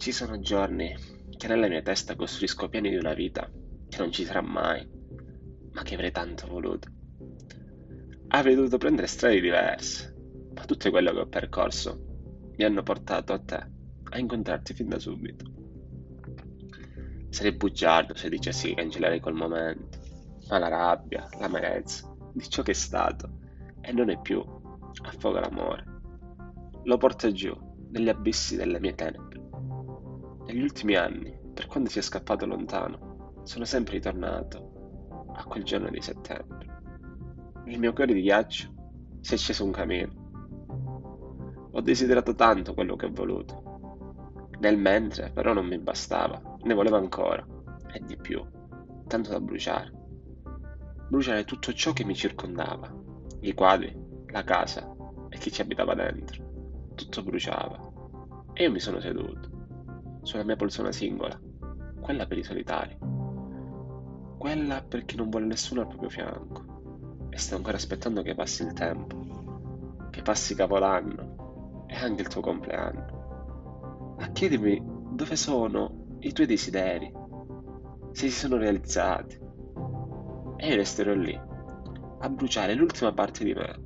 Ci sono giorni che nella mia testa costruisco piani di una vita che non ci sarà mai, ma che avrei tanto voluto. Avrei dovuto prendere strade diverse, ma tutte quelle che ho percorso mi hanno portato a te, a incontrarti fin da subito. Sarei bugiardo se dicessi che cancellerei quel momento, ma la rabbia, l'amarezza di ciò che è stato e non è più affoga l'amore. Lo porta giù, negli abissi delle mie tenebre. Negli ultimi anni, per quando sia scappato lontano, sono sempre ritornato a quel giorno di settembre. Nel mio cuore di ghiaccio si è acceso un camino. Ho desiderato tanto quello che ho voluto. Nel mentre, però, non mi bastava, ne volevo ancora, e di più, tanto da bruciare. Bruciare tutto ciò che mi circondava, i quadri, la casa e chi ci abitava dentro. Tutto bruciava. E io mi sono seduto, sulla mia poltrona singola, quella per i solitari, quella per chi non vuole nessuno al proprio fianco, e sto ancora aspettando che passi il tempo, che passi Capodanno e anche il tuo compleanno, a chiedermi dove sono i tuoi desideri, se si sono realizzati, e io resterò lì, a bruciare l'ultima parte di me,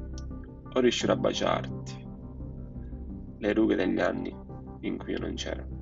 o riuscirò a baciarti, le rughe degli anni in cui io non c'ero.